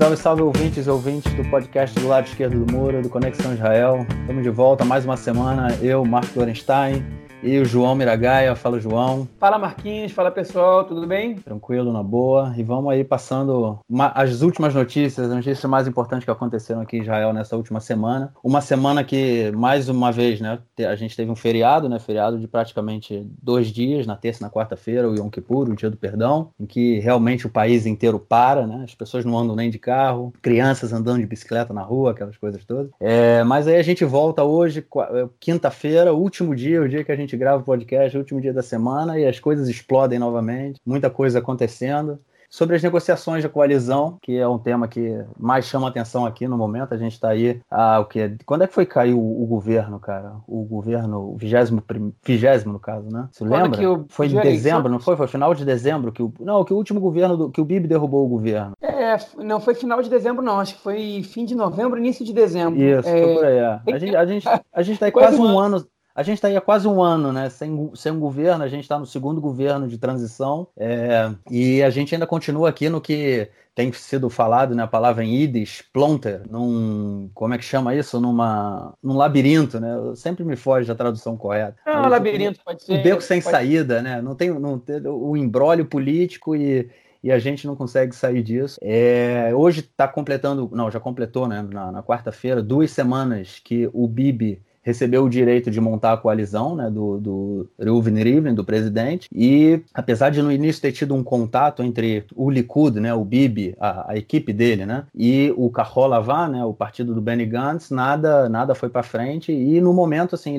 Salve, salve ouvintes e ouvintes do podcast do lado esquerdo do muro, do Conexão Israel. Estamos de volta mais uma semana, eu, Marco Lorenstein, e o João Miragaia. Fala, João. Fala, Marquinhos. Fala, pessoal. Tudo bem? Tranquilo, na boa. E vamos aí passando as últimas notícias, as notícias mais importantes que aconteceram aqui em Israel nessa última semana. Uma semana que, mais uma vez, né, a gente teve um feriado, né, feriado de praticamente 2 dias, na terça e na quarta-feira, o Yom Kippur, o Dia do Perdão, em que realmente o país inteiro para, né, as pessoas não andam nem de carro, crianças andando de bicicleta na rua, aquelas coisas todas. Mas aí a gente volta hoje, quinta-feira, último dia, o dia que a gente grava o podcast, último dia da semana, e as coisas explodem novamente, muita coisa acontecendo. Sobre as negociações da coalizão, que é um tema que mais chama atenção aqui no momento, a gente está aí, quando é que foi cair o governo, cara? O governo, o 20º no caso, né? Você lembra? Foi em dezembro, não foi? Foi final de dezembro que o último governo, que o Bibi derrubou o governo. Não foi final de dezembro, não. Acho que foi fim de novembro, início de dezembro. Isso, foi por aí. A gente tá aí quase um ano. A gente está aí há quase um ano, né, sem um governo. A gente está no segundo governo de transição, e a gente ainda continua aqui no que tem sido falado, né, a palavra em Yiddish, plonter, como é que chama isso? Num labirinto, né? Eu sempre me foge da tradução correta. Labirinto pode ser. O beco sem saída, né? Não tem o imbróglio político e a gente não consegue sair disso. Hoje está completando, já completou, né, na quarta-feira, 2 semanas que o Bibi recebeu o direito de montar a coalizão, né, do Reuven Rivlin, do presidente, e apesar de no início ter tido um contato entre o Likud, né, o Bibi, a equipe dele, né, e o Kahol Lavan, né, o partido do Benny Gantz, nada foi para frente, e no momento, assim,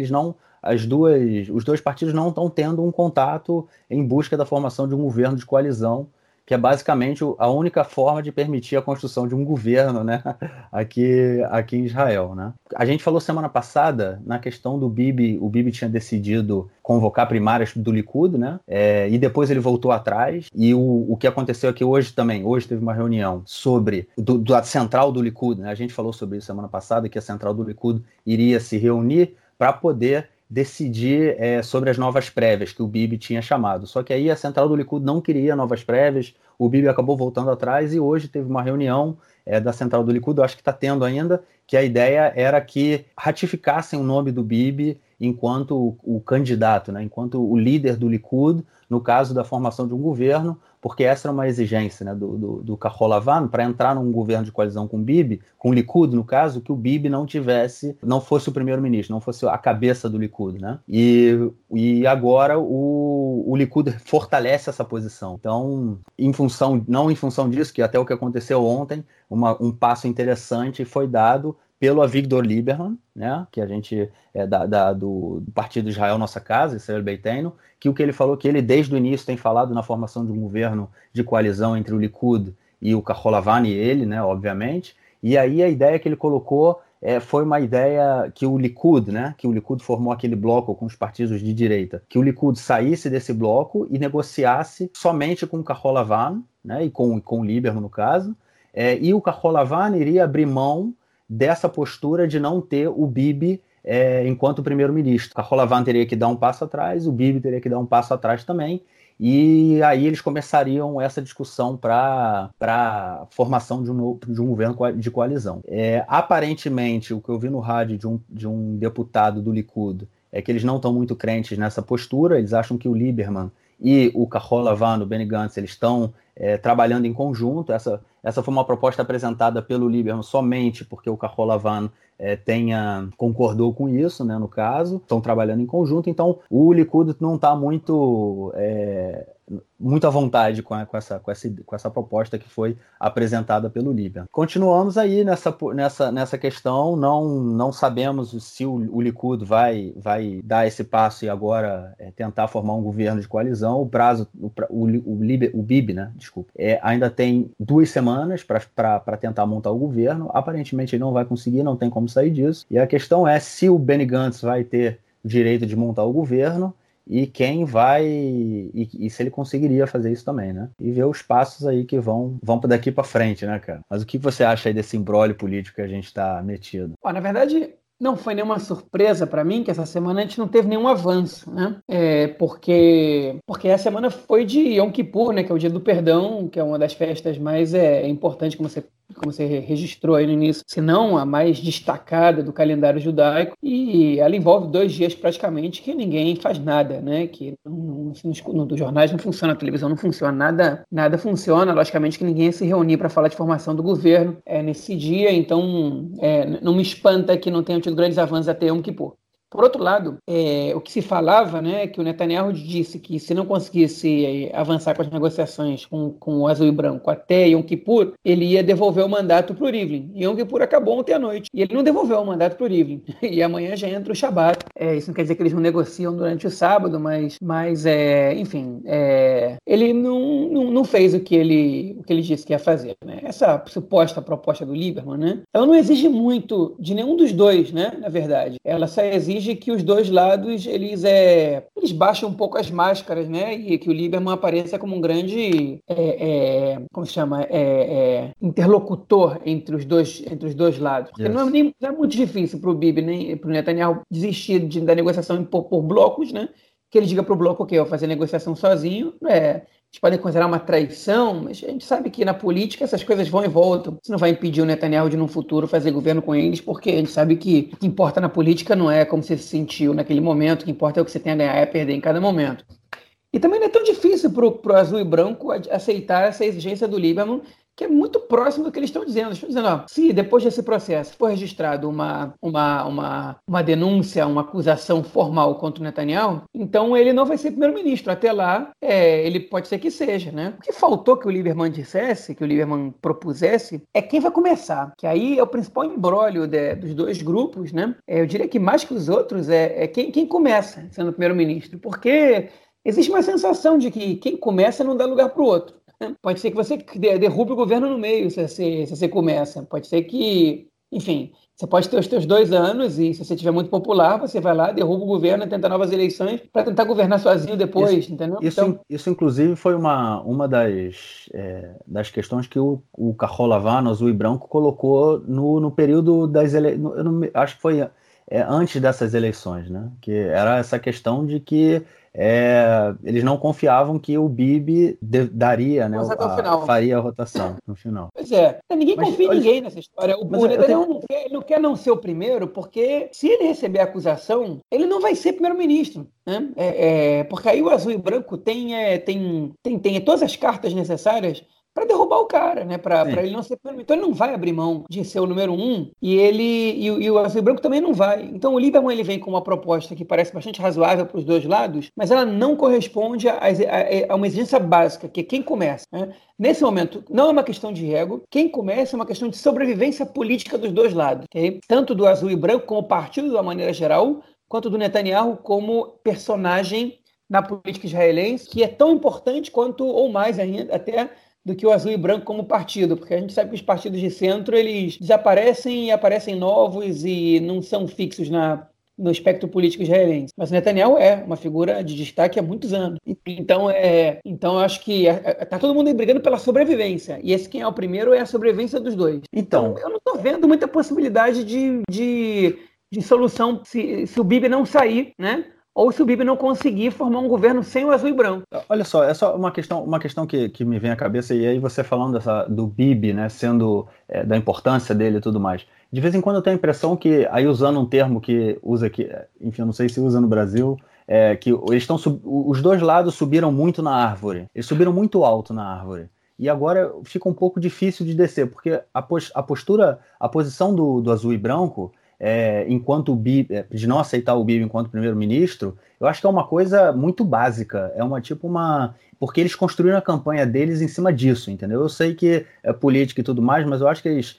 os dois partidos não estão tendo um contato em busca da formação de um governo de coalizão, que é basicamente a única forma de permitir a construção de um governo, né, aqui em Israel, né. A gente falou semana passada na questão do Bibi. O Bibi tinha decidido convocar primárias do Likud, né, e depois ele voltou atrás, e o que aconteceu aqui hoje teve uma reunião sobre da central do Likud, né. A gente falou sobre isso semana passada, que a central do Likud iria se reunir para poder decidir sobre as novas prévias que o Bibi tinha chamado. Só que aí a central do Likud não queria novas prévias, o Bibi acabou voltando atrás, e hoje teve uma reunião da central do Likud, eu acho que está tendo ainda, que a ideia era que ratificassem o nome do Bibi enquanto o candidato, né, enquanto o líder do Likud, no caso da formação de um governo, porque essa era uma exigência, né, do Kahol Lavan, para entrar num governo de coalizão com o Bibi, com o Likud, no caso, que o Bibi não fosse o primeiro-ministro, não fosse a cabeça do Likud, né? E agora o Likud fortalece essa posição. Então, não em função disso, que até o que aconteceu ontem, um passo interessante foi dado pelo Avigdor Lieberman, né, que a gente do Partido Israel Nossa Casa, Israel Beiteinu, que o que ele falou, que ele desde o início tem falado na formação de um governo de coalizão entre o Likud e o Kahol Lavan e ele, né, obviamente, e aí a ideia que ele colocou foi uma ideia que o Likud, né, que o Likud formou aquele bloco com os partidos de direita, que o Likud saísse desse bloco e negociasse somente com o Kahol Lavan, né, e com o Lieberman no caso, e o Kahol Lavan iria abrir mão dessa postura de não ter o Bibi enquanto primeiro-ministro. O Kahol Lavan teria que dar um passo atrás, o Bibi teria que dar um passo atrás também, e aí eles começariam essa discussão para a formação de um governo de coalizão. Aparentemente, o que eu vi no rádio de um deputado do Likud é que eles não estão muito crentes nessa postura, eles acham que o Lieberman e o Kahol Lavan, o Benny Gantz, eles estão trabalhando em conjunto. Essa foi uma proposta apresentada pelo Lieberman somente porque o Kahol Lavan concordou com isso, né, no caso, estão trabalhando em conjunto, então o Likud não está muito à vontade com essa proposta que foi apresentada pelo Lieberman. Continuamos aí nessa questão, não sabemos se o Likud vai dar esse passo e agora tentar formar um governo de coalizão. O prazo, o Bibi, né, desculpa, ainda tem 2 semanas para tentar montar o governo. Aparentemente ele não vai conseguir, não tem como sair disso, e a questão é se o Benny Gantz vai ter o direito de montar o governo, e quem vai, e se ele conseguiria fazer isso também, né? E ver os passos aí que vão daqui para frente, né, cara? Mas o que você acha aí desse imbróglio político que a gente tá metido? Na verdade, não foi nenhuma surpresa para mim que essa semana a gente não teve nenhum avanço, né? Porque a semana foi de Yom Kippur, né? Que é o Dia do Perdão, que é uma das festas mais importantes, como você como você registrou aí no início, se não a mais destacada do calendário judaico, e ela envolve 2 dias praticamente que ninguém faz nada, né? Que dos jornais não funciona, a televisão não funciona, nada funciona, logicamente que ninguém ia se reunir para falar de formação do governo nesse dia, então não me espanta que não tenham tido grandes avanços até Yom Kippur. Por outro lado, o que se falava, né, que o Netanyahu disse que se não conseguisse avançar com as negociações com o Azul e Branco até Yom Kippur, ele ia devolver o mandato para o Rivlin. E Yom Kippur acabou ontem à noite. E ele não devolveu o mandato para o Rivlin. E amanhã já entra o Shabbat. Isso não quer dizer que eles não negociam durante o sábado, mas enfim, ele não fez o que ele disse que ia fazer. Né? Essa suposta proposta do Lieberman, né, ela não exige muito de nenhum dos dois, né, na verdade. Ela só exige que os dois lados eles baixem um pouco as máscaras, né? E que o Lieberman apareça como um grande como se chama? Interlocutor entre os dois lados. Porque não é muito difícil para o Bibi nem para o Netanyahu desistir da negociação por blocos, né? Que ele diga para o bloco, ok, eu vou fazer negociação sozinho, eles podem considerar uma traição, mas a gente sabe que na política essas coisas vão e voltam. Isso não vai impedir o Netanyahu de, no futuro, fazer governo com eles, porque a gente sabe que o que importa na política não é como você se sentiu naquele momento, o que importa é o que você tem a ganhar e a perder em cada momento. E também não é tão difícil para o Azul e Branco aceitar essa exigência do Lieberman, que é muito próximo do que eles estão dizendo. Eles estão dizendo, se depois desse processo for registrado uma denúncia, uma acusação formal contra o Netanyahu, então ele não vai ser primeiro-ministro. Até lá, ele pode ser que seja, né? O que faltou que o Lieberman dissesse, que o Lieberman propusesse, é quem vai começar. Que aí é o principal imbróglio dos dois grupos, né? Eu diria que mais que os outros é quem começa sendo primeiro-ministro. Porque existe uma sensação de que quem começa não dá lugar para o outro. Pode ser que você derrube o governo no meio se você começa. Pode ser que, enfim, você pode ter os teus 2 anos e se você estiver muito popular, você vai lá, derruba o governo, tenta novas eleições para tentar governar sozinho depois, entendeu? Isso inclusive, foi uma das questões que o Kahol Lavan, Azul e Branco, colocou no período das eleições. Acho que foi antes dessas eleições, né? Que era essa questão de que eles não confiavam que o Bibi daria, né, faria a rotação no final. Pois ninguém confia em ninguém nessa história. O Netanyahu não quer não ser o primeiro, porque se ele receber a acusação, ele não vai ser primeiro-ministro. Né? Porque aí o Azul e Branco tem todas as cartas necessárias para derrubar o cara, né? Para ele não ser primeiro. Então ele não vai abrir mão de ser o número 1 e o Azul e Branco também não vai. Então o Lieberman ele vem com uma proposta que parece bastante razoável para os dois lados, mas ela não corresponde a uma exigência básica, que é quem começa. Né? Nesse momento, não é uma questão de ego, quem começa é uma questão de sobrevivência política dos dois lados. Okay? Tanto do Azul e Branco como partido, de uma maneira geral, quanto do Netanyahu como personagem na política israelense, que é tão importante quanto, ou mais ainda, até do que o Azul e Branco como partido, porque a gente sabe que os partidos de centro, eles desaparecem e aparecem novos e não são fixos no espectro político israelense. Mas o Netanyahu é uma figura de destaque há muitos anos. Então eu acho que está todo mundo aí brigando pela sobrevivência, e esse quem é o primeiro é a sobrevivência dos dois. Então eu não estou vendo muita possibilidade de solução se o Bibi não sair, né? Ou se o Bibi não conseguir formar um governo sem o Azul e Branco. Olha só, é só uma questão que me vem à cabeça, e aí você falando do Bibi, né, sendo da importância dele e tudo mais. De vez em quando eu tenho a impressão que, aí usando um termo que usa aqui, enfim, eu não sei se usa no Brasil, que os dois lados subiram muito na árvore. Eles subiram muito alto na árvore. E agora fica um pouco difícil de descer, porque a posição do Azul e Branco, enquanto o Bibi, de não aceitar o Bibi enquanto primeiro-ministro, eu acho que é uma coisa muito básica, porque eles construíram a campanha deles em cima disso, entendeu? Eu sei que é política e tudo mais, mas eu acho que eles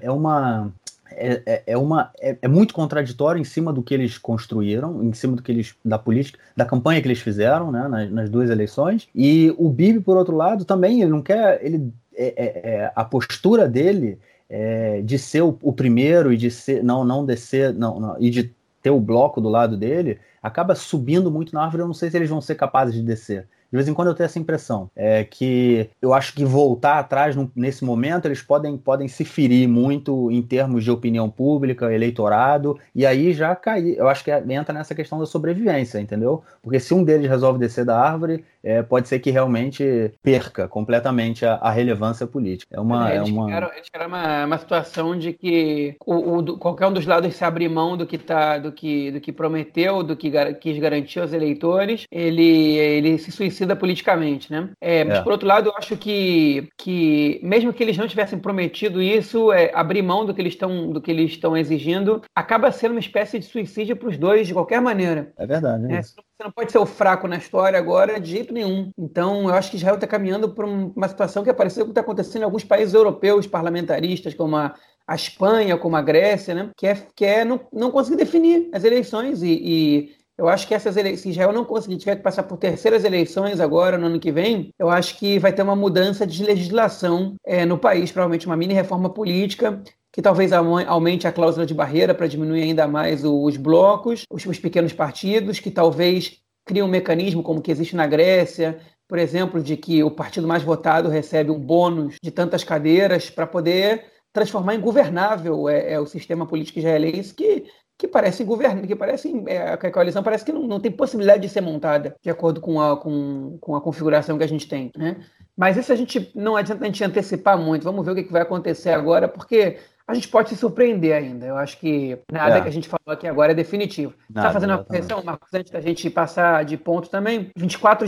é muito contraditório em cima do que eles construíram, em cima da política, da campanha que eles fizeram, né, nas 2 eleições. E o Bibi, por outro lado, também ele não quer, a postura dele de ser o primeiro e de ser não descer, e de ter o bloco do lado dele, acaba subindo muito na árvore. Eu não sei se eles vão ser capazes de descer. De vez em quando eu tenho essa impressão, que eu acho que voltar atrás nesse momento eles podem se ferir muito em termos de opinião pública, eleitorado, e aí já cair. Eu acho que entra nessa questão da sobrevivência, entendeu? Porque se um deles resolve descer da árvore, pode ser que realmente perca completamente a relevância política. Eles criaram uma situação de que qualquer um dos lados se abrir mão do que prometeu, do que quis garantir aos eleitores, ele se suicida politicamente, né? Mas por outro lado, eu acho que mesmo que eles não tivessem prometido isso, abrir mão do que eles estão exigindo, acaba sendo uma espécie de suicídio para os dois de qualquer maneira. É verdade, é isso. Você não pode ser o fraco na história agora de jeito nenhum. Então, eu acho que Israel está caminhando para uma situação que é parecida com o que está acontecendo em alguns países europeus parlamentaristas, como a Espanha, como a Grécia, né? Que é não conseguir definir as eleições. E eu acho que se Israel não conseguir, tiver que passar por terceiras eleições agora, no ano que vem, eu acho que vai ter uma mudança de legislação no país, provavelmente uma mini reforma política, que talvez aumente a cláusula de barreira para diminuir ainda mais os blocos, os pequenos partidos, que talvez crie um mecanismo como que existe na Grécia, por exemplo, de que o partido mais votado recebe um bônus de tantas cadeiras para poder transformar em governável o sistema político israelense, que parece a coalizão parece que não tem possibilidade de ser montada de acordo com a configuração que a gente tem, né? Mas isso não adianta a gente antecipar muito. Vamos ver o que vai acontecer agora, porque a gente pode se surpreender ainda. Eu acho que nada que a gente falou aqui agora é definitivo. Está fazendo uma correção, Marcos, antes da gente passar de ponto também? 24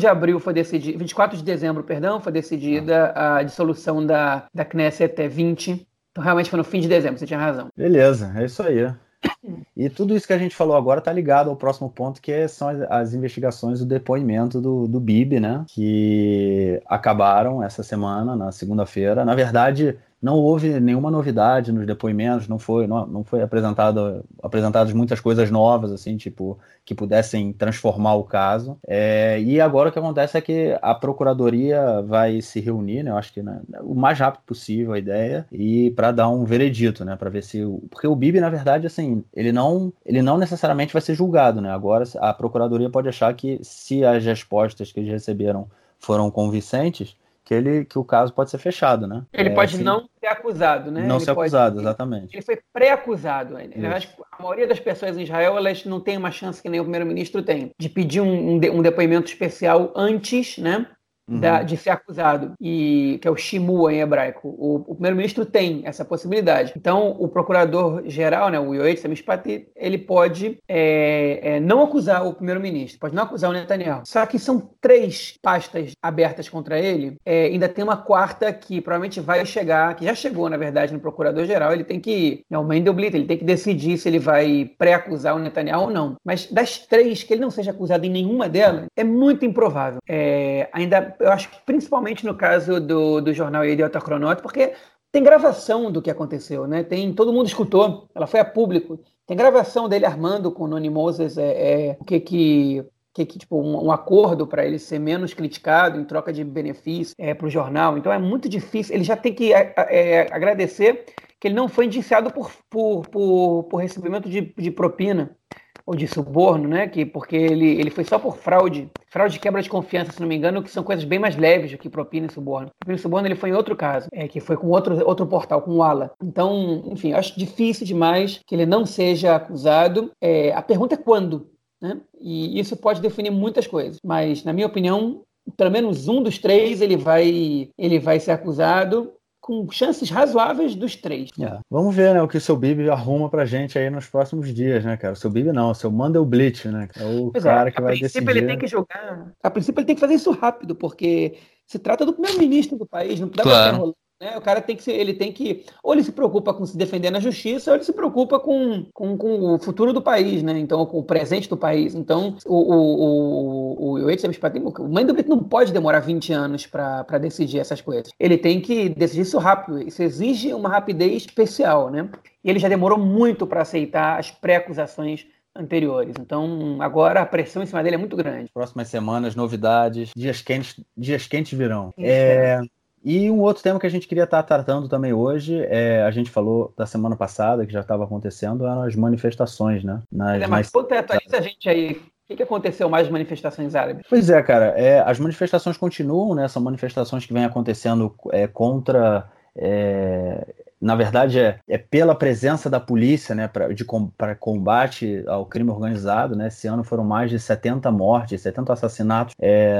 de dezembro, foi decidida a dissolução da Knesset 20. Então, realmente foi no fim de dezembro, você tinha razão. Beleza, é isso aí. E tudo isso que a gente falou agora está ligado ao próximo ponto, que são as investigações do depoimento do Bibi, né? Que acabaram essa semana, na segunda-feira. Na verdade, não houve nenhuma novidade nos depoimentos, não foi apresentadas muitas coisas novas, assim, tipo, que pudessem transformar o caso. E agora o que acontece é que a Procuradoria vai se reunir, né? Eu acho que o mais rápido possível a ideia, e para dar um veredito, né? Para ver se... Porque o Bibi, na verdade, assim, ele não necessariamente vai ser julgado, né? Agora a Procuradoria pode achar que, se as respostas que eles receberam foram convincentes, que o caso pode ser fechado, né? Ele pode não ser acusado, né? Não ser acusado, exatamente. Ele foi pré-acusado. Na verdade, a maioria das pessoas em Israel, elas não tem uma chance que nem o primeiro-ministro tem, de pedir um depoimento especial antes, né? De ser acusado, que é o shimua em hebraico. O primeiro-ministro tem essa possibilidade. Então, o procurador-geral, né, o Yoetz HaMishpati, ele pode não acusar o primeiro-ministro, pode não acusar o Netanyahu. Só que são 3 pastas abertas contra ele, ainda tem uma quarta que provavelmente vai chegar, que já chegou, na verdade, no procurador-geral. Ele tem que, o Mendelblit, ele tem que decidir se ele vai pré-acusar o Netanyahu ou não. Mas das 3, que ele não seja acusado em nenhuma delas, é muito improvável. Eu acho que principalmente no caso do jornal Yediot Ahronot, porque tem gravação do que aconteceu, né? Todo mundo escutou, ela foi a público. Tem gravação dele armando com o Noni Moses tipo, um acordo para ele ser menos criticado em troca de benefício para o jornal. Então é muito difícil. Ele já tem que agradecer que ele não foi indiciado por recebimento de propina ou de suborno, né? Porque ele foi só por fraude e quebra de confiança, se não me engano, que são coisas bem mais leves do que propina e suborno. Propina e suborno ele foi em outro caso, que foi com outro portal, com o Ala. Então, enfim, acho difícil demais que ele não seja acusado. A pergunta é quando, né? E isso pode definir muitas coisas. Mas, na minha opinião, pelo menos um dos 3 ele vai ser acusado, com chances razoáveis dos 3. Vamos ver, né, o que o seu Bibi arruma pra gente aí nos próximos dias, né, cara? O seu Bibi não, o seu Mandelblit, né? É o cara que vai decidir. Ele tem que jogar. A princípio, ele tem que fazer isso rápido, porque se trata do primeiro-ministro do país, não dá pra enrolar. Né? O cara ou ele se preocupa com se defender na justiça, ou ele se preocupa com o futuro do país, né? Então, com o presente do país. Então, o Mendelblit não pode demorar 20 anos para decidir essas coisas. Ele tem que decidir isso rápido. Isso exige uma rapidez especial, né? E ele já demorou muito para aceitar as pré-acusações anteriores. Então, agora a pressão em cima dele é muito grande. Próximas semanas, novidades, dias quentes virão. E um outro tema que a gente queria estar tratando também hoje, a gente falou da semana passada, que já estava acontecendo, eram as manifestações, né? Mas atualiza a gente aí. O que aconteceu mais nas manifestações árabes? Pois é, cara. As manifestações continuam, né? São manifestações que vêm acontecendo contra na verdade, é pela presença da polícia, né, para combate ao crime organizado, né? Esse ano foram mais de 70 mortes, 70 assassinatos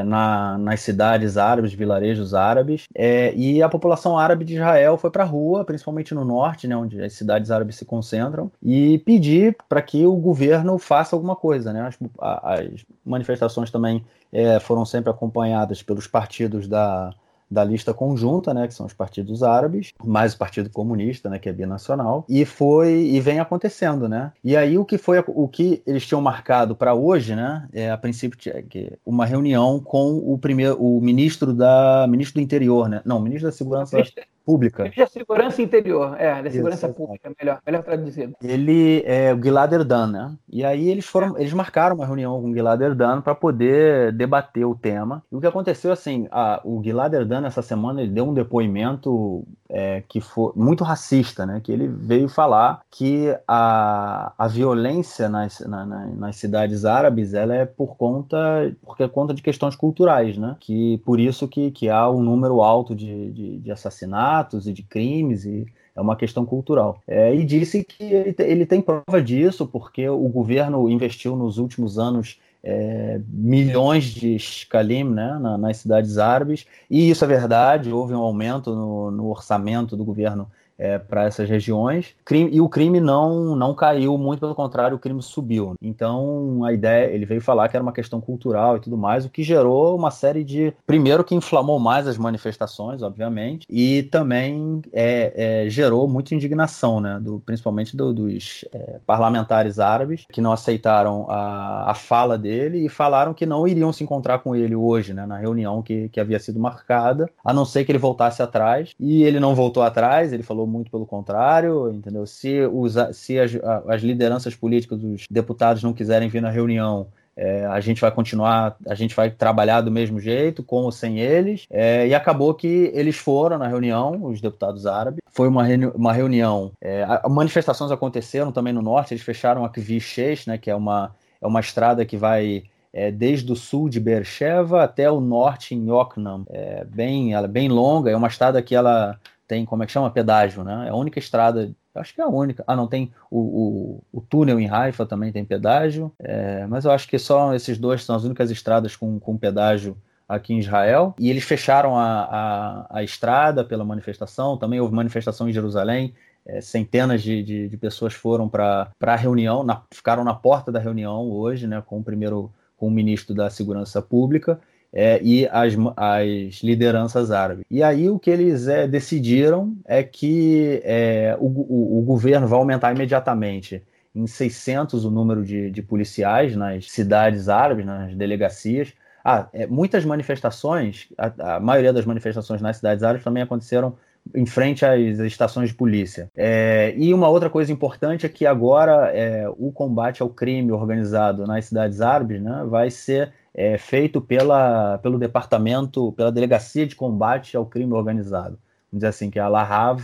nas cidades árabes, vilarejos árabes, e a população árabe de Israel foi para a rua, principalmente no norte, né, onde as cidades árabes se concentram, e pedir para que o governo faça alguma coisa, né? As manifestações também foram sempre acompanhadas pelos partidos da lista conjunta, né, que são os partidos árabes, mais o Partido Comunista, né, que é binacional, e vem acontecendo, né? E aí o que eles tinham marcado para hoje, né, a princípio uma reunião com o ministro do Interior, né? Não, ministro da Segurança Pública. Ministro da Segurança Interior, da Segurança Isso, Pública, melhor traduzido. Ele é o Gilad Erdan, né? E aí eles marcaram uma reunião com o Gilad Erdan para poder debater o tema. E o que aconteceu, assim, o Gilad Erdan, essa semana, ele deu um depoimento que foi muito racista, né? Que ele veio falar que a violência nas cidades árabes, ela é por conta de questões culturais, né? Que por isso que há um número alto de assassinatos e de crimes é uma questão cultural. E disse que ele tem prova disso, porque o governo investiu nos últimos anos milhões de shekalim, né, nas cidades árabes, e isso é verdade, houve um aumento no orçamento do governo para essas regiões, e o crime não caiu, muito pelo contrário, o crime subiu. Então, a ideia, ele veio falar que era uma questão cultural e tudo mais, o que gerou uma série primeiro que inflamou mais as manifestações, obviamente, e também gerou muita indignação, né, principalmente dos parlamentares árabes, que não aceitaram a fala dele e falaram que não iriam se encontrar com ele hoje, né, na reunião que havia sido marcada, a não ser que ele voltasse atrás, e ele não voltou atrás, ele falou muito pelo contrário, entendeu? Se as lideranças políticas, os deputados não quiserem vir na reunião, a gente vai continuar, a gente vai trabalhar do mesmo jeito, com ou sem eles, e acabou que eles foram na reunião, os deputados árabes, foi uma reunião, manifestações aconteceram também no norte, eles fecharam a Kvish 6, né, que é uma estrada que vai desde o sul de Beersheba até o norte em Yokneam, ela é bem longa, é uma estrada que ela tem, como é que chama? Pedágio, né? É a única estrada, acho que é a única. Não, tem o túnel em Haifa também tem pedágio, mas eu acho que só esses dois são as únicas estradas com pedágio aqui em Israel. E eles fecharam a estrada pela manifestação, também houve manifestação em Jerusalém, centenas de pessoas foram para a reunião, ficaram na porta da reunião hoje, né, com o ministro da Segurança Pública, e as lideranças árabes. E aí o que eles decidiram é que o governo vai aumentar imediatamente em 600 o número de policiais nas cidades árabes, nas delegacias. Muitas manifestações, a maioria das manifestações nas cidades árabes também aconteceram em frente às estações de polícia. E uma outra coisa importante é que agora o combate ao crime organizado nas cidades árabes, né, vai ser feito pelo departamento, pela Delegacia de Combate ao Crime Organizado. Vamos dizer assim, que é a Lahav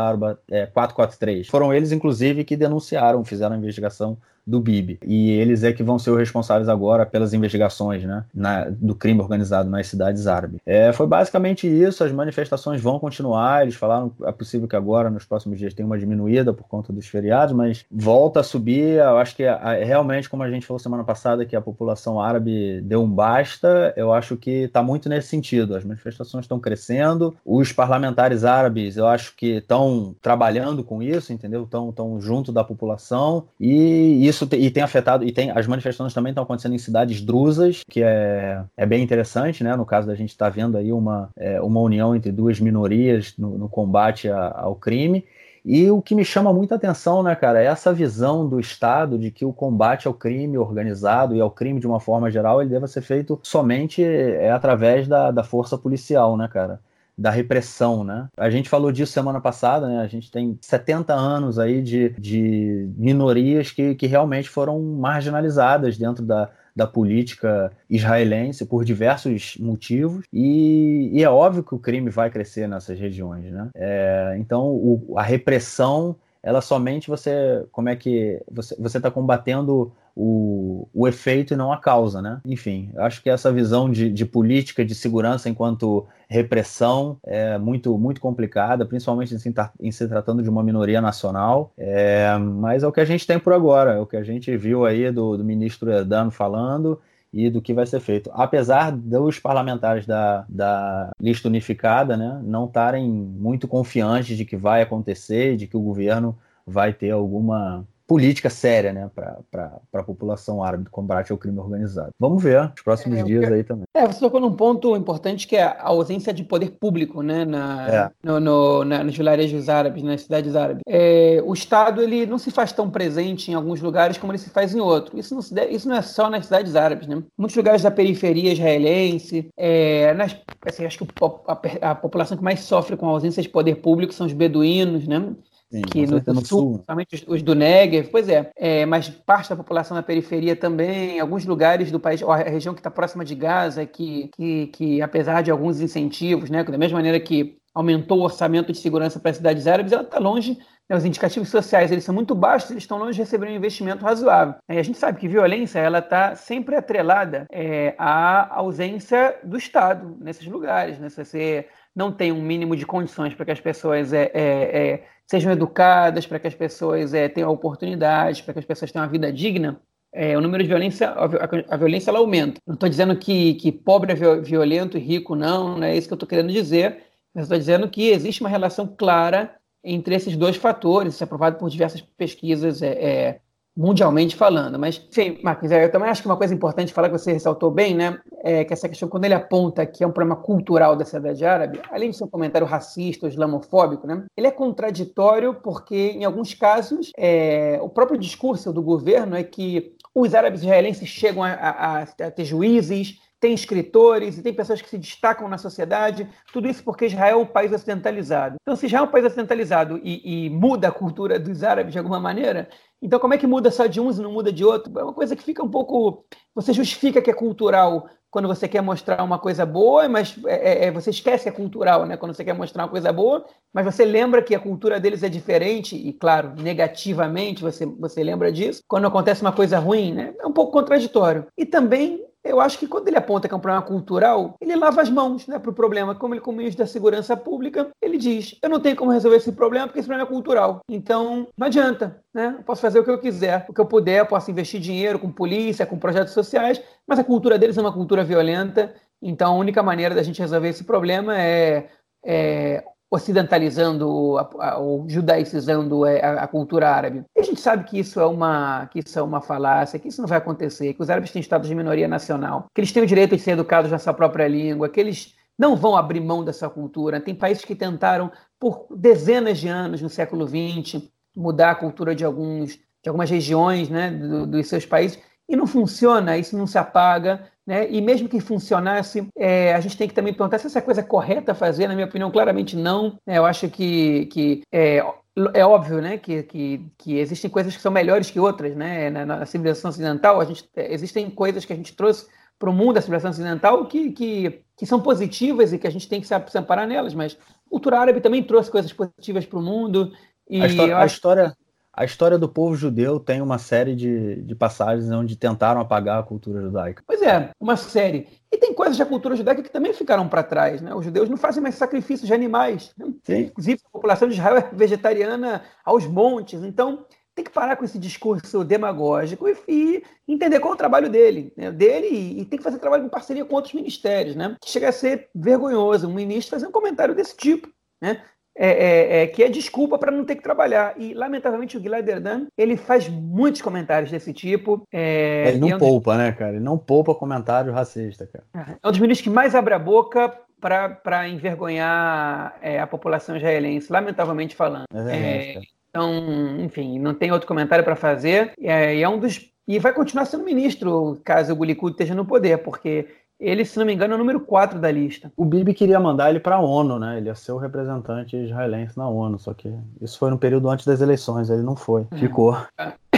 443. Foram eles, inclusive, que denunciaram, fizeram a investigação do Bibi. E eles que vão ser os responsáveis agora pelas investigações, né, do crime organizado nas cidades árabes. Foi basicamente isso, as manifestações vão continuar, eles falaram, é possível que agora, nos próximos dias, tenha uma diminuída por conta dos feriados, mas volta a subir. Eu acho que realmente, como a gente falou semana passada, que a população árabe deu um basta, eu acho que está muito nesse sentido. As manifestações estão crescendo, os parlamentares árabes, eu acho que estão trabalhando com isso, entendeu? Estão junto da população, e isso tem afetado, as manifestações também estão acontecendo em cidades drusas, que é bem interessante, né? No caso da gente estar vendo aí uma união entre duas minorias no combate ao crime. E o que me chama muita atenção, né, cara, é essa visão do Estado de que o combate ao crime organizado e ao crime de uma forma geral, ele deva ser feito somente através da força policial, né, cara? Da repressão, né? A gente falou disso semana passada, né? A gente tem 70 anos aí de minorias que realmente foram marginalizadas dentro da política israelense por diversos motivos, e é óbvio que o crime vai crescer nessas regiões, né? Então a repressão, ela somente você está combatendo o efeito e não a causa, né? Enfim, acho que essa visão de política de segurança enquanto repressão é muito, muito complicada, principalmente em se tratando de uma minoria nacional, mas é o que a gente tem por agora, é o que a gente viu aí do ministro Erdan falando e do que vai ser feito. Apesar dos parlamentares da lista unificada, né, não estarem muito confiantes de que vai acontecer, de que o governo vai ter alguma política séria, né, para a população árabe do combate ao crime organizado. Vamos ver os próximos dias aí também. Você tocou num ponto importante que é a ausência de poder público, né, nos vilarejos árabes, nas cidades árabes. O Estado ele não se faz tão presente em alguns lugares como ele se faz em outros. Isso não é só nas cidades árabes, né? Muitos lugares da periferia israelense, assim, acho que a população que mais sofre com a ausência de poder público são os beduínos, né? Sim, que no sul, principalmente os do Negev, mas parte da população na periferia também, alguns lugares do país, a região que está próxima de Gaza, que apesar de alguns incentivos, né, da mesma maneira que aumentou o orçamento de segurança para as cidades árabes, ela está longe, né, os indicativos sociais eles são muito baixos, eles estão longe de receber um investimento razoável. A gente sabe que violência ela está sempre atrelada à ausência do Estado nesses lugares, né? Se você não tem um mínimo de condições para que as pessoas sejam educadas, para que as pessoas tenham oportunidades, para que as pessoas tenham uma vida digna, o número de violência, a violência ela aumenta. Não estou dizendo que pobre é violento e rico não é isso que eu estou querendo dizer, mas estou dizendo que existe uma relação clara entre esses dois fatores, isso é provado por diversas pesquisas mundialmente falando. Mas, enfim, Marcos, eu também acho que uma coisa importante falar que você ressaltou bem, né, que essa questão, quando ele aponta que é um problema cultural da sociedade árabe, além de ser um comentário racista ou islamofóbico, né, ele é contraditório porque, em alguns casos, o próprio discurso do governo é que os árabes israelenses chegam a ter juízes, tem escritores e tem pessoas que se destacam na sociedade, tudo isso porque Israel é um país ocidentalizado. Então, se Israel é um país ocidentalizado e muda a cultura dos árabes de alguma maneira, então como é que muda só de uns e não muda de outro? É uma coisa que fica um pouco... Você justifica que é cultural quando você quer mostrar uma coisa boa, mas você esquece que é cultural, né? Quando você quer mostrar uma coisa boa, mas você lembra que a cultura deles é diferente, e claro, negativamente você lembra disso. Quando acontece uma coisa ruim, né? É um pouco contraditório. E também eu acho que quando ele aponta que é um problema cultural, ele lava as mãos, né, para o problema. Como ministro da Segurança Pública, ele diz, eu não tenho como resolver esse problema porque esse problema é cultural. Então, não adianta, né? Eu posso fazer o que eu quiser, o que eu puder, eu posso investir dinheiro com polícia, com projetos sociais, mas a cultura deles é uma cultura violenta, então a única maneira da gente resolver esse problema é ocidentalizando ou judaicizando a cultura árabe. E a gente sabe que isso é uma falácia, que isso não vai acontecer, que os árabes têm status de minoria nacional, que eles têm o direito de ser educados na sua própria língua, que eles não vão abrir mão da sua cultura. Tem países que tentaram, por dezenas de anos no século XX, mudar a cultura de algumas regiões, né, dos seus países, e não funciona, isso não se apaga, né? E mesmo que funcionasse, a gente tem que também perguntar se essa coisa é correta a fazer. Na minha opinião, claramente não. Eu acho que é óbvio, né, que existem coisas que são melhores que outras, né? Na civilização ocidental, existem coisas que a gente trouxe para o mundo da civilização ocidental que são positivas e que a gente tem que se amparar nelas, mas a cultura árabe também trouxe coisas positivas para o mundo. E a história do povo judeu tem uma série de passagens onde tentaram apagar a cultura judaica. Pois é, uma série. E tem coisas da cultura judaica que também ficaram para trás, né? Os judeus não fazem mais sacrifícios de animais. Sim. Inclusive, a população de Israel é vegetariana aos montes. Então, tem que parar com esse discurso demagógico e entender qual é o trabalho dele, né? E tem que fazer trabalho em parceria com outros ministérios, né? Que chega a ser vergonhoso um ministro fazer um comentário desse tipo, né? Que é desculpa para não ter que trabalhar. E, lamentavelmente, o Gilad Erdan, ele faz muitos comentários desse tipo. Ele não poupa, né, cara? Ele não poupa comentário racista, cara. É um dos ministros que mais abre a boca para envergonhar a população israelense, lamentavelmente falando. Então, enfim, não tem outro comentário para fazer. E vai continuar sendo ministro, caso o Likud esteja no poder, porque ele, se não me engano, é o número 4 da lista. O Bibi queria mandar ele para a ONU, né? Ele ia ser o representante israelense na ONU, só que isso foi no período antes das eleições, ele não foi, ficou.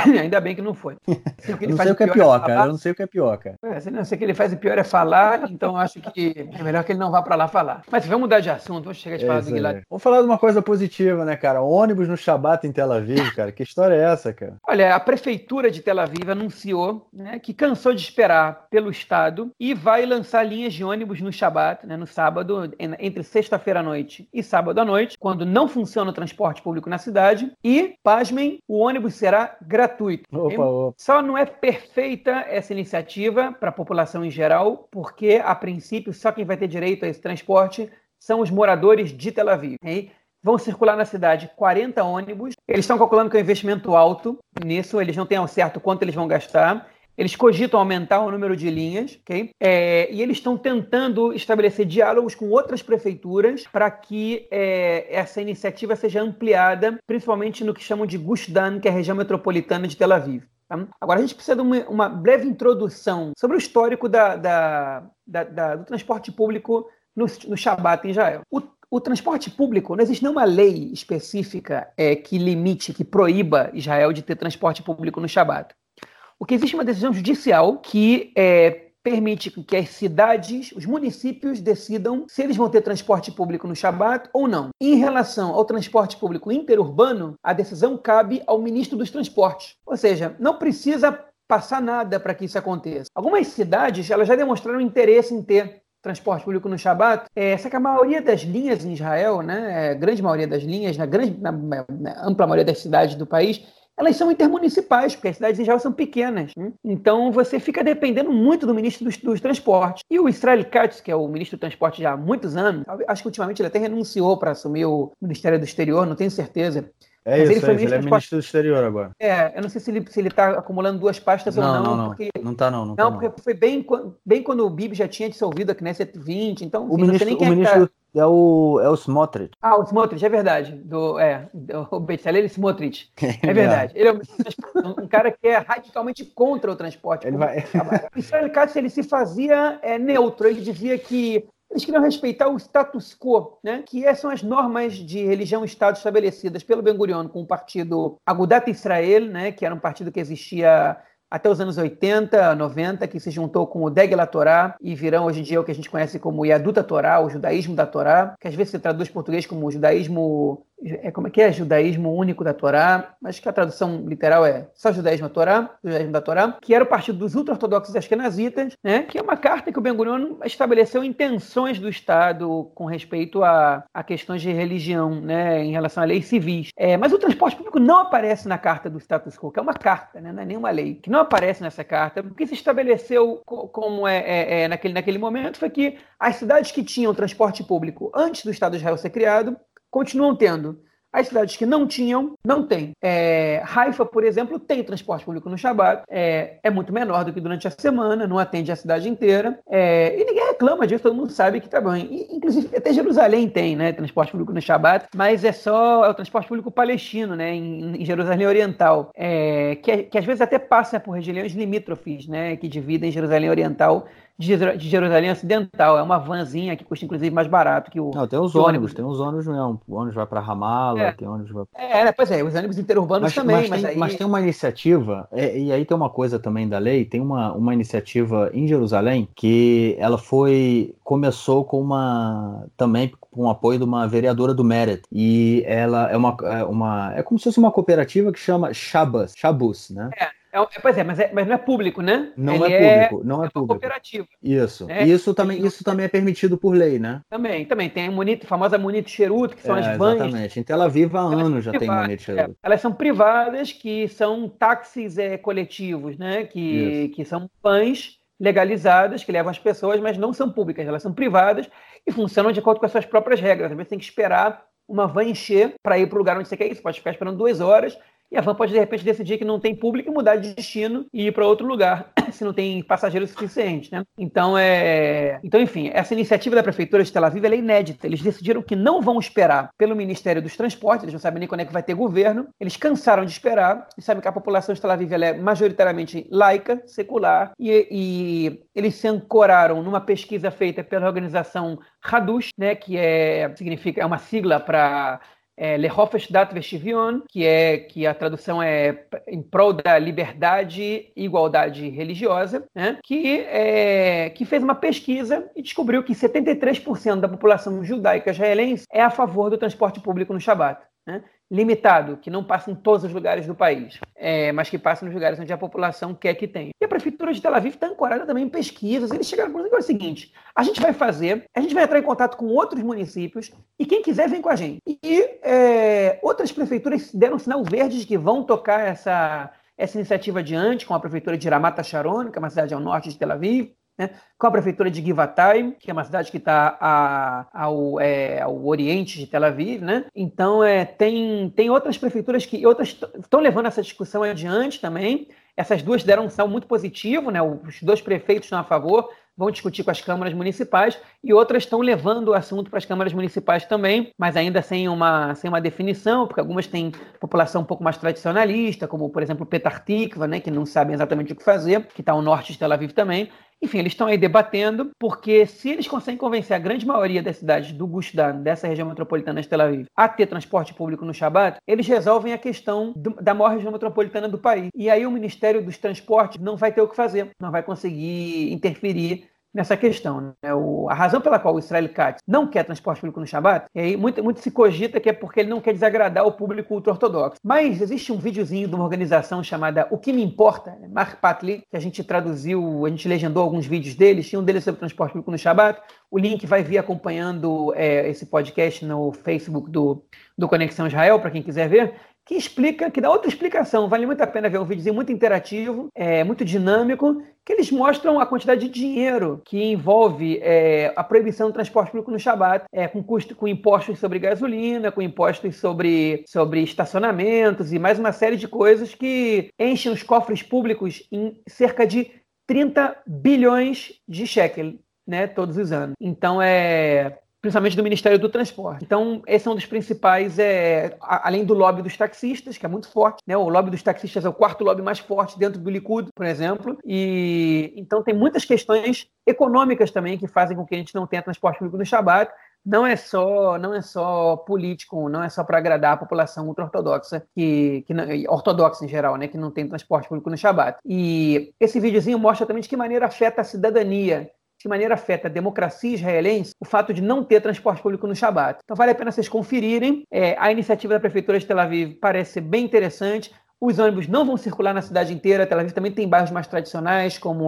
Ainda bem que não foi. Eu não sei o que é pior, cara. Eu não sei o que é pior, cara. Não sei o que ele faz e pior é falar, então acho que é melhor que ele não vá pra lá falar. Mas vamos mudar de assunto, vamos chegar de falar do Gilad. Vamos falar de uma coisa positiva, né, cara? Ônibus no Shabat em Tel Aviv, cara. Que história é essa, cara? Olha, a prefeitura de Tel Aviv anunciou, né, que cansou de esperar pelo Estado e vai lançar linhas de ônibus no Shabat, né, no sábado, entre sexta-feira à noite e sábado à noite, quando não funciona o transporte público na cidade. E, pasmem, o ônibus será gratuito. Opa. Só não é perfeita essa iniciativa para a população em geral, porque, a princípio, só quem vai ter direito a esse transporte são os moradores de Tel Aviv. Hein? Vão circular na cidade 40 ônibus. Eles estão calculando que é um investimento alto nisso, eles não têm ao certo quanto eles vão gastar. Eles cogitam aumentar o número de linhas, ok? E eles estão tentando estabelecer diálogos com outras prefeituras para que essa iniciativa seja ampliada, principalmente no que chamam de Gush Dan, que é a região metropolitana de Tel Aviv. Tá? Agora, a gente precisa de uma breve introdução sobre o histórico do transporte público no Shabat em Israel. O transporte público, não existe nenhuma lei específica que limite, que proíba Israel de ter transporte público no Shabat. O que existe é uma decisão judicial que permite que as cidades, os municípios decidam se eles vão ter transporte público no Shabat ou não. Em relação ao transporte público interurbano, a decisão cabe ao ministro dos Transportes. Ou seja, não precisa passar nada para que isso aconteça. Algumas cidades elas já demonstraram interesse em ter transporte público no Shabat, só que a maioria das linhas em Israel, né, a grande maioria das linhas, na ampla maioria das cidades do país, elas são intermunicipais, porque as cidades em Israel são pequenas. Então, você fica dependendo muito do ministro dos Transportes. E o Israel Katz, que é o ministro do Transporte já há muitos anos, acho que ultimamente ele até renunciou para assumir o Ministério do Exterior, não tenho certeza. Mas ele é ministro do Exterior agora. Eu não sei se ele está acumulando duas pastas ou não. Não, porque... não está não. Porque foi bem quando o Bibi já tinha dissolvido a Knesset 20, então... O ministro é o Smotrich. O Smotrich, é verdade. O Bezalel Smotrich. É verdade. Ele é um cara que é radicalmente contra o transporte. O Israel Katz, ele se fazia neutro. Ele dizia que eles queriam respeitar o status quo, né? Que são as normas de religião e Estado estabelecidas pelo Ben-Gurion com o partido Agudat Israel, né? Que era um partido que existia até os anos 80, 90, que se juntou com o Degel Torá e virão hoje em dia o que a gente conhece como Yadut Torá, o judaísmo da Torá, que às vezes se traduz em português como judaísmo... Como é que é? Judaísmo único da Torá, mas que a tradução literal é só judaísmo da Torá, que era o partido dos ultra-ortodoxos ashkenazitas, né? Que é uma carta que o Ben-Gurion estabeleceu intenções do Estado com respeito a questões de religião, né? Em relação a leis civis. Mas o transporte público não aparece na carta do status quo, que é uma carta, né? Não é nenhuma lei, que não aparece nessa carta. O que se estabeleceu como naquele momento foi que as cidades que tinham transporte público antes do Estado de Israel ser criado continuam tendo. As cidades que não tinham, não têm. Haifa, por exemplo, tem transporte público no Shabat, é muito menor do que durante a semana, não atende a cidade inteira, e ninguém reclama disso, todo mundo sabe que tá bom. Inclusive, até Jerusalém tem, né, transporte público no Shabat, mas é o transporte público palestino, né, em Jerusalém Oriental, que às vezes até passa por regiões limítrofes, né, que dividem Jerusalém Oriental de Jerusalém Ocidental. É uma vanzinha que custa, inclusive, mais barato que o... Não, tem os ônibus mesmo. O ônibus vai para Ramallah, tem ônibus... Pois é, os ônibus interurbanos também, mas tem uma iniciativa, e aí tem uma coisa também da lei, tem uma iniciativa em Jerusalém que ela começou também com o apoio de uma vereadora do Meret, e ela é como se fosse uma cooperativa que chama Shabbos, né? Pois é, mas não é público, né? Não é público. Cooperativa. Isso. Né? Isso também é permitido por lei, né? Também. Tem a famosa Munit Sherut, que são as vans. Exatamente. Em Tel Aviv há anos já tem Munit Sherut. Elas são privadas, que são táxis coletivos, né? Que são vans legalizadas, que levam as pessoas, mas não são públicas. Elas são privadas e funcionam de acordo com as suas próprias regras. Às vezes tem que esperar uma van encher para ir para o lugar onde você quer ir. Você pode ficar esperando 2 horas. E a van pode, de repente, decidir que não tem público e mudar de destino e ir para outro lugar, se não tem passageiros suficientes, né? Então, enfim, essa iniciativa da Prefeitura de Tel Aviv é inédita. Eles decidiram que não vão esperar pelo Ministério dos Transportes, eles não sabem nem quando é que vai ter governo, eles cansaram de esperar, e sabem que a população de Tel Aviv ela é majoritariamente laica, secular, e eles se ancoraram numa pesquisa feita pela organização Hadush, né, que é uma sigla para Lehofstadt Vestivion, que a tradução é em prol da liberdade e igualdade religiosa, né? Que fez uma pesquisa e descobriu que 73% da população judaica israelense é a favor do transporte público no Shabat, né? Limitado, que não passa em todos os lugares do país, mas que passa nos lugares onde a população quer que tenha. E a prefeitura de Tel Aviv está ancorada também em pesquisas. Eles chegaram para o seguinte: a gente vai entrar em contato com outros municípios e quem quiser vem com a gente. E outras prefeituras deram sinal verde de que vão tocar essa iniciativa adiante, com a prefeitura de Ramat HaSharon, que é uma cidade ao norte de Tel Aviv, né, com a prefeitura de Givatayim, que é uma cidade que está ao oriente de Tel Aviv, né? Então tem outras prefeituras que estão levando essa discussão adiante também. Essas duas deram um sinal muito positivo, né? Os dois prefeitos estão a favor, vão discutir com as câmaras municipais, e outras estão levando o assunto para as câmaras municipais também, mas ainda sem uma definição, porque algumas têm população um pouco mais tradicionalista, como, por exemplo, Petah Tikva, né, que não sabem exatamente o que fazer, que está ao norte de Tel Aviv também. Enfim, eles estão aí debatendo, porque se eles conseguem convencer a grande maioria das cidades do Gush Dan, dessa região metropolitana de Tel Aviv, a ter transporte público no Shabat, eles resolvem a questão da maior região metropolitana do país. E aí o Ministério dos Transportes não vai ter o que fazer, não vai conseguir interferir nessa questão, né? A razão pela qual o Israel Katz não quer transporte público no Shabat, e aí muito se cogita que é porque ele não quer desagradar o público ultra-ortodoxo. Mas existe um videozinho de uma organização chamada O Que Me Importa, Mark Patli, que a gente traduziu, a gente legendou alguns vídeos deles, tinha um deles sobre transporte público no Shabat. O link vai vir acompanhando esse podcast no Facebook do Conexão Israel, para quem quiser ver, que dá outra explicação. Vale muito a pena ver um videozinho muito interativo, muito dinâmico, que eles mostram a quantidade de dinheiro que envolve a proibição do transporte público no Shabat, com impostos sobre gasolina, com impostos sobre estacionamentos e mais uma série de coisas que enchem os cofres públicos em cerca de 30 bilhões de shekel, né, todos os anos. Então, principalmente do Ministério do Transporte. Então, esse é um dos principais, além do lobby dos taxistas, que é muito forte, né? O lobby dos taxistas é o quarto lobby mais forte dentro do Likud, por exemplo, e então tem muitas questões econômicas também que fazem com que a gente não tenha transporte público no Shabat. Não é só político, não é só para agradar a população ultra-ortodoxa, ortodoxa em geral, né, que não tem transporte público no Shabat. E esse videozinho mostra também de que maneira afeta a cidadania, de maneira afeta a democracia israelense, o fato de não ter transporte público no Shabat. Então vale a pena vocês conferirem. A iniciativa da Prefeitura de Tel Aviv parece ser bem interessante. Os ônibus não vão circular na cidade inteira. Tel Aviv também tem bairros mais tradicionais, como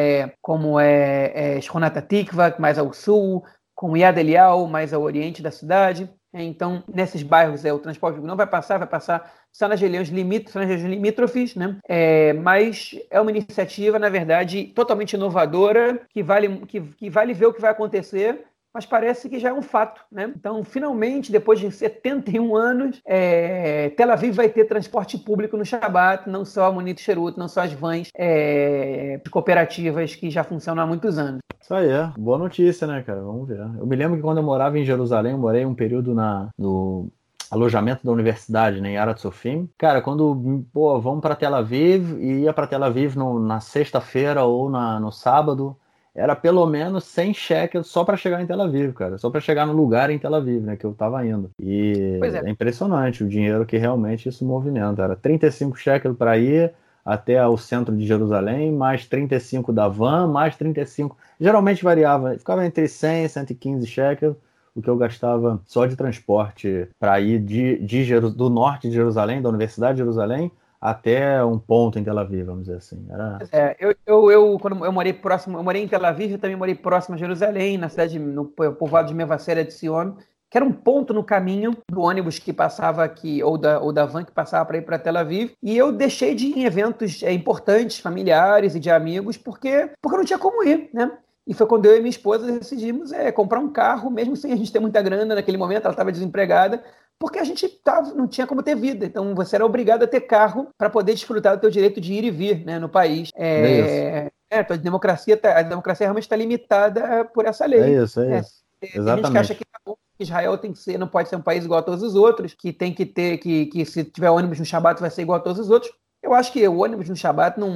Shonat Tikva, mais ao sul, como Yad Eliyahu, mais ao oriente da cidade. Então, nesses bairros, o transporte público não vai passar só nas regiões limítrofes, né? Mas é uma iniciativa, na verdade, totalmente inovadora, que vale ver o que vai acontecer, mas parece que já é um fato, né? Então, finalmente, depois de 71 anos, Tel Aviv vai ter transporte público no Shabat, não só a Monit Sherut, não só as vans cooperativas que já funcionam há muitos anos. Isso aí, boa notícia, né, cara? Vamos ver. Eu me lembro que quando eu morava em Jerusalém, eu morei um período no alojamento da universidade, né, em Yad Sofim. Cara, quando, vamos para Tel Aviv, e ia para Tel Aviv na sexta-feira ou no sábado, era pelo menos 100 shekels só para chegar em Tel Aviv, cara. Só para chegar no lugar em Tel Aviv, né, que eu tava indo. E é impressionante o dinheiro que realmente isso movimenta. Era 35 shekels para ir até o centro de Jerusalém, mais 35 da van, mais 35... Geralmente variava, ficava entre 100 e 115 shekels, o que eu gastava só de transporte para ir do norte de Jerusalém, da Universidade de Jerusalém, até um ponto em Tel Aviv, vamos dizer assim. Quando eu morei próximo, eu morei em Tel Aviv, eu também morei próximo a Jerusalém, no povoado de Mevaseret de Sion, que era um ponto no caminho do ônibus que passava aqui, ou da van que passava para ir para Tel Aviv, e eu deixei de ir em eventos importantes, familiares e de amigos, porque eu não tinha como ir, né? E foi quando eu e minha esposa decidimos comprar um carro, mesmo sem a gente ter muita grana naquele momento, ela estava desempregada, porque a gente não tinha como ter vida. Então você era obrigado a ter carro para poder desfrutar do teu direito de ir e vir, né, no país. A democracia realmente está limitada por essa lei. É isso. Exatamente. Tem gente que acha que Israel não pode ser um país igual a todos os outros, que tem que ter, que se tiver ônibus no Shabat vai ser igual a todos os outros. Eu acho que o ônibus no Shabat não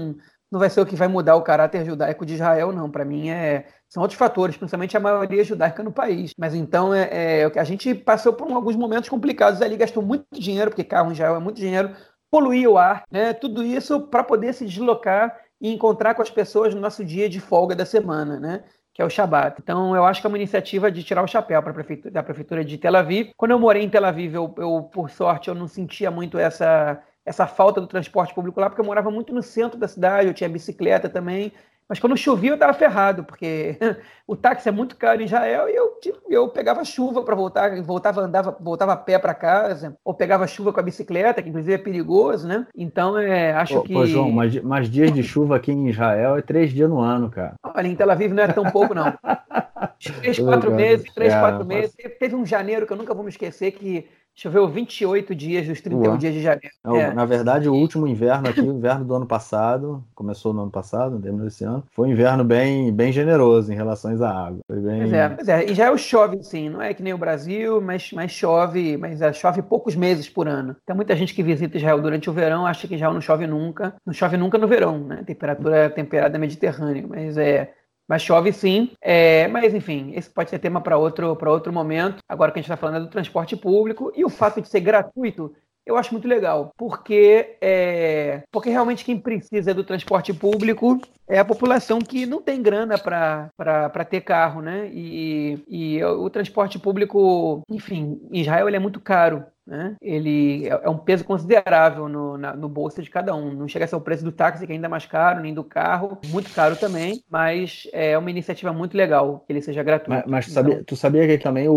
não vai ser o que vai mudar o caráter judaico de Israel, não. Para mim, são outros fatores, principalmente a maioria judaica no país. Mas então, a gente passou por alguns momentos complicados ali, gastou muito dinheiro, porque carro em Israel é muito dinheiro, poluía o ar, né? Tudo isso para poder se deslocar e encontrar com as pessoas no nosso dia de folga da semana, né? Que é o Shabat. Então, eu acho que é uma iniciativa de tirar o chapéu para da prefeitura de Tel Aviv. Quando eu morei em Tel Aviv, por sorte, eu não sentia muito essa falta do transporte público lá, porque eu morava muito no centro da cidade, eu tinha bicicleta também. Mas quando chovia eu estava ferrado, porque o táxi é muito caro em Israel e eu pegava chuva para voltar, voltava a pé para casa, ou pegava chuva com a bicicleta, que inclusive é perigoso, né? Então, acho que... Pô, João, mas dias de chuva aqui em Israel é 3 dias no ano, cara. Olha, em Tel Aviv não é tão pouco, não. Três, Tô quatro brincando. meses, 3, 4 meses. Teve um janeiro que eu nunca vou me esquecer, que choveu 28 dias dos 31 Ué. dias de janeiro. Na verdade, o último inverno aqui, o inverno do ano passado, começou no ano passado, terminou esse ano, foi um inverno bem, bem generoso em relação à água. Foi bem... Pois é. Israel chove, sim, não é que nem o Brasil, mas chove, chove poucos meses por ano. Tem muita gente que visita Israel durante o verão, acha que Israel não chove nunca no verão, né? Temperatura temperada mediterrânea, mas chove sim. Mas enfim, esse pode ser tema para outro momento. Agora que a gente está falando é do transporte público e o fato de ser gratuito, eu acho muito legal, porque realmente quem precisa do transporte público é a população que não tem grana para ter carro, né? E o transporte público, enfim, em Israel ele é muito caro, né? Ele é um peso considerável no bolso de cada um. Não chega a ser o preço do táxi, que é ainda mais caro, nem do carro, muito caro também, mas é uma iniciativa muito legal que ele seja gratuito. Mas tu sabia que também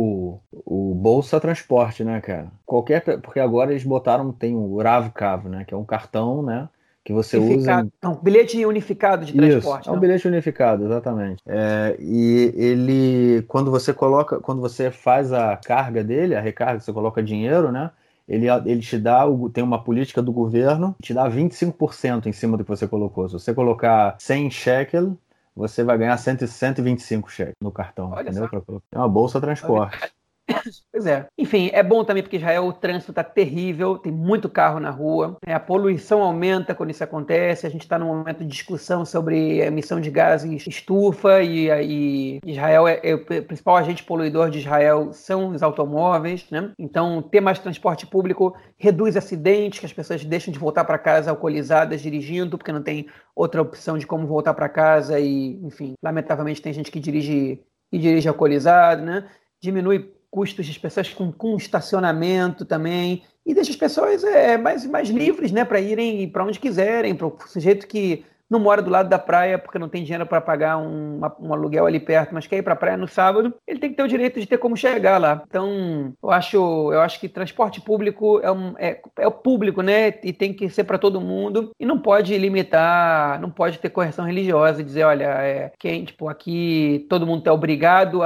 o Bolsa Transporte, né, cara? Porque agora eles tem o Rav-Kav, né, que é um cartão, né, que você usa Não, bilhete unificado de Isso, transporte. é um Não. bilhete unificado, exatamente. E ele, quando você faz a carga dele, a recarga, você coloca dinheiro, né? Ele te dá, tem uma política do governo, te dá 25% em cima do que você colocou. Se você colocar 100 shekel, você vai ganhar 125 shekel no cartão, Olha entendeu? só. É uma bolsa transporte. Pois é. Enfim, é bom também porque Israel o trânsito está terrível, tem muito carro na rua, a poluição aumenta quando isso acontece, a gente está num momento de discussão sobre a emissão de gases estufa e Israel o principal agente poluidor de Israel são os automóveis, né? Então ter mais transporte público reduz acidentes, que as pessoas deixam de voltar para casa alcoolizadas dirigindo, porque não tem outra opção de como voltar para casa e, enfim, lamentavelmente tem gente que dirige alcoolizado, né? Diminui custos das pessoas com estacionamento também, e deixa as pessoas mais livres, né, para irem para onde quiserem, para o sujeito que não mora do lado da praia porque não tem dinheiro para pagar um aluguel ali perto, mas quer ir para a praia no sábado, ele tem que ter o direito de ter como chegar lá. Então, eu acho que transporte público é o público, né, e tem que ser para todo mundo, e não pode limitar, não pode ter correção religiosa, dizer, olha, aqui todo mundo é obrigado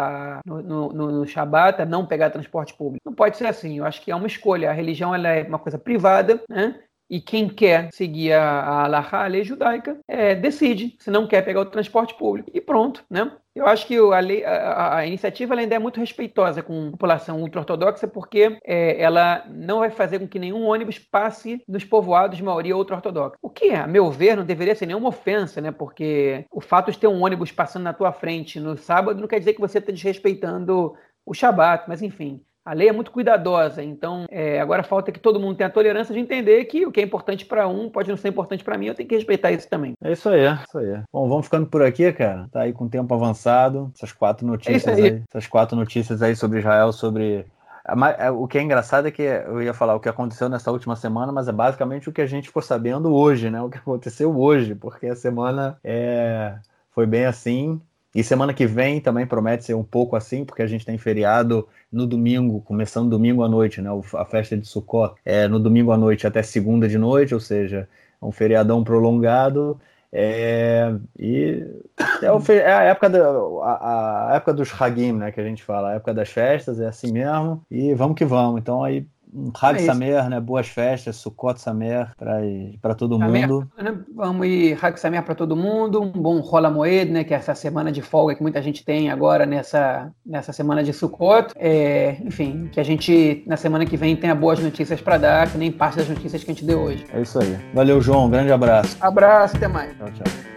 no Shabat a não pegar transporte público. Não pode ser assim, eu acho que é uma escolha, a religião ela é uma coisa privada, né? E quem quer seguir a Halakha, a lei judaica, decide se não quer pegar o transporte público. E pronto, né? Eu acho que a iniciativa ainda é muito respeitosa com a população ultra-ortodoxa, porque ela não vai fazer com que nenhum ônibus passe nos povoados de maioria ultra-ortodoxa. O que, a meu ver, não deveria ser nenhuma ofensa, né? Porque o fato de ter um ônibus passando na tua frente no sábado não quer dizer que você está desrespeitando o Shabat, mas enfim. A lei é muito cuidadosa, então agora falta que todo mundo tenha a tolerância de entender que o que é importante para um pode não ser importante para mim, eu tenho que respeitar isso também. É isso aí, é isso aí. Bom, vamos ficando por aqui, cara. Tá aí com o tempo avançado. Essas 4 notícias aí. Essas 4 notícias aí sobre Israel, sobre... O que é engraçado é que eu ia falar o que aconteceu nessa última semana, mas é basicamente o que a gente ficou sabendo hoje, né? O que aconteceu hoje, porque a semana foi bem assim. E semana que vem também promete ser um pouco assim, porque a gente tem feriado no domingo, começando domingo à noite, né? A festa de Sukkot no domingo à noite até segunda de noite, ou seja, é um feriadão prolongado. E é a época dos Hagim, né? Que a gente fala, a época das festas, é assim mesmo. E vamos que vamos. Então aí um Hag Samer, né? Boas festas, Sukkot Samer para todo mundo. Vamos ir Hag Samer para todo mundo, um bom Rola Moed, né? Que é essa semana de folga que muita gente tem agora nessa semana de Sukkot. Enfim, que a gente na semana que vem tenha boas notícias para dar, que nem parte das notícias que a gente deu hoje. É isso aí. Valeu, João. Um grande abraço. Abraço, até mais. Tchau, tchau.